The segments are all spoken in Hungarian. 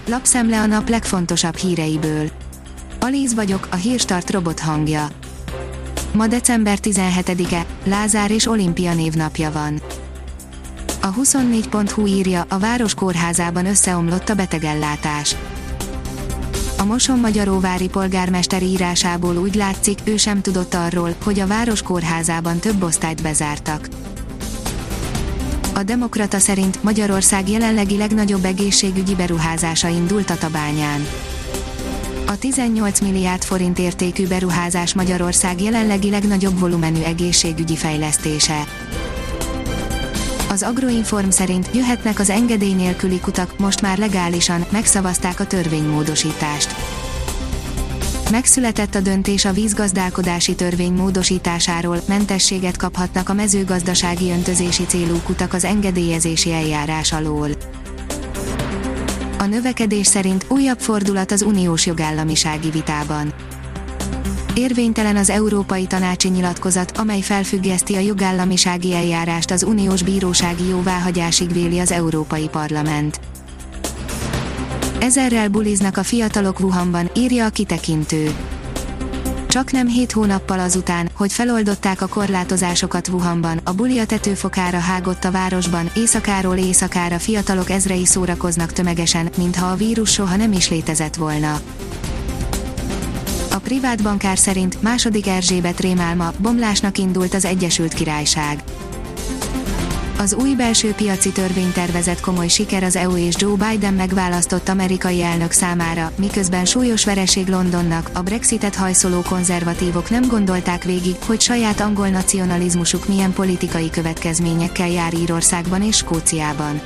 Lapszemle a nap legfontosabb híreiből. Alíz vagyok, a Hírstart robot hangja. Ma december 17-e, Lázár és Olimpia névnapja van. A 24.hu írja, a város kórházában összeomlott a betegellátás. A Mosonmagyaróvári polgármester írásából úgy látszik, ő sem tudott arról, hogy a város kórházában több osztályt bezártak. A Demokrata szerint Magyarország jelenlegi legnagyobb egészségügyi beruházása indult Tatabányán. A 18 milliárd forint értékű beruházás Magyarország jelenlegi legnagyobb volumenű egészségügyi fejlesztése. Az Agroinform szerint jöhetnek az engedély nélküli kutak, most már legálisan, megszavazták a törvénymódosítást. Megszületett a döntés a vízgazdálkodási törvény módosításáról, mentességet kaphatnak a mezőgazdasági öntözési célú kutak az engedélyezési eljárás alól. A növekedés szerint újabb fordulat az uniós jogállamisági vitában. Érvénytelen az Európai Tanácsi nyilatkozat, amely felfüggeszti a jogállamisági eljárást az uniós bírósági jóváhagyásig, véli az Európai Parlament. Ezerrel buliznak a fiatalok Wuhanban, írja a kitekintő. Csaknem 7 hónappal azután, hogy feloldották a korlátozásokat Wuhanban, a buli a tetőfokára hágott a városban, éjszakáról éjszakára fiatalok ezrei szórakoznak tömegesen, mintha a vírus soha nem is létezett volna. A privát bankár szerint II. Erzsébet rémálma, bomlásnak indult az Egyesült Királyság. Az új belső piaci törvénytervezet komoly siker az EU és Joe Biden megválasztott amerikai elnök számára, miközben súlyos vereség Londonnak, a Brexitet hajszoló konzervatívok nem gondolták végig, hogy saját angol nacionalizmusuk milyen politikai következményekkel jár Írországban és Skóciában.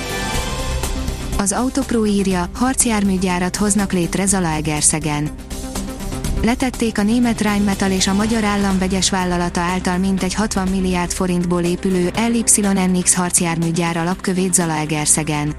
Az Autopro írja, harcjárműgyárat hoznak létre Zalaegerszegen. Letették a német Rheinmetall és a magyar állam vegyes vállalata által mintegy 60 milliárd forintból épülő LYNX harcjárműgyár alapkövét Zalaegerszegen.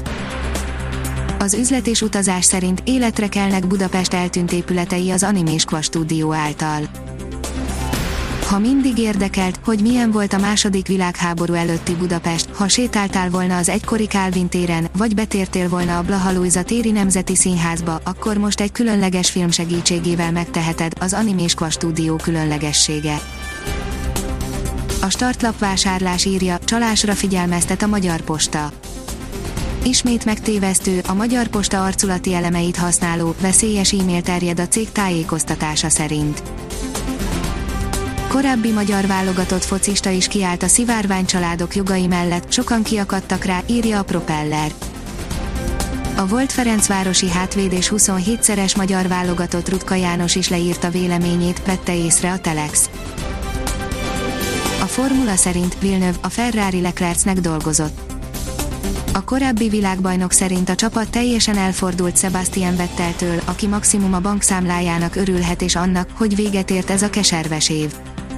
Az Üzlet és Utazás szerint életre kelnek Budapest eltűnt épületei az Anime Square stúdió által. Ha mindig érdekelt, hogy milyen volt a II. Világháború előtti Budapest, ha sétáltál volna az egykori Kálvin téren, vagy betértél volna a Blaha Lujza téri Nemzeti Színházba, akkor most egy különleges film segítségével megteheted, az Anime Square stúdió különlegessége. A startlap vásárlás írja, csalásra figyelmeztet a Magyar Posta. Ismét megtévesztő, a Magyar Posta arculati elemeit használó, veszélyes e-mail terjed a cég tájékoztatása szerint. Korábbi magyar válogatott focista is kiállt a szivárványcsaládok jogai mellett, sokan kiakadtak rá, írja a Propeller. A volt Ferencvárosi hátvéd és 27-szeres magyar válogatott Rutka János is leírta véleményét, vette észre a Telex. A Formula szerint Villeneuve a Ferrari Leclercnek dolgozott. A korábbi világbajnok szerint a csapat teljesen elfordult Sebastian Vetteltől, aki maximum a bankszámlájának örülhet és annak, hogy véget ért ez a keserves év.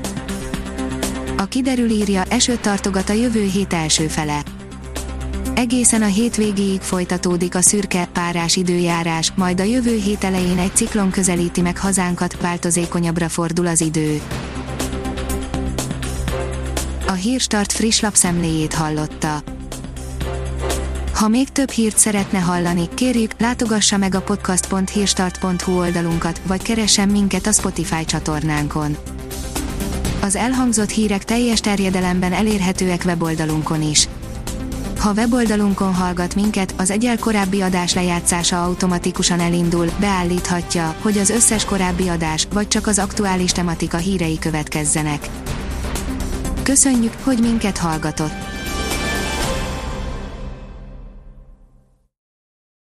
A Kiderül írja, esőt tartogat a jövő hét első fele. Egészen a hétvégéig folytatódik a szürke, párás időjárás, majd a jövő hét elején egy ciklon közelíti meg hazánkat, változékonyabbra fordul az idő. A Hírstart friss lapszemléjét hallotta. Ha még több hírt szeretne hallani, kérjük, látogassa meg a podcast.hírstart.hu oldalunkat, vagy keressen minket a Spotify csatornánkon. Az elhangzott hírek teljes terjedelemben elérhetőek weboldalunkon is. Ha weboldalunkon hallgat minket, az egyel korábbi adás lejátszása automatikusan elindul, beállíthatja, hogy az összes korábbi adás, vagy csak az aktuális tematika hírei következzenek. Köszönjük, hogy minket hallgatott!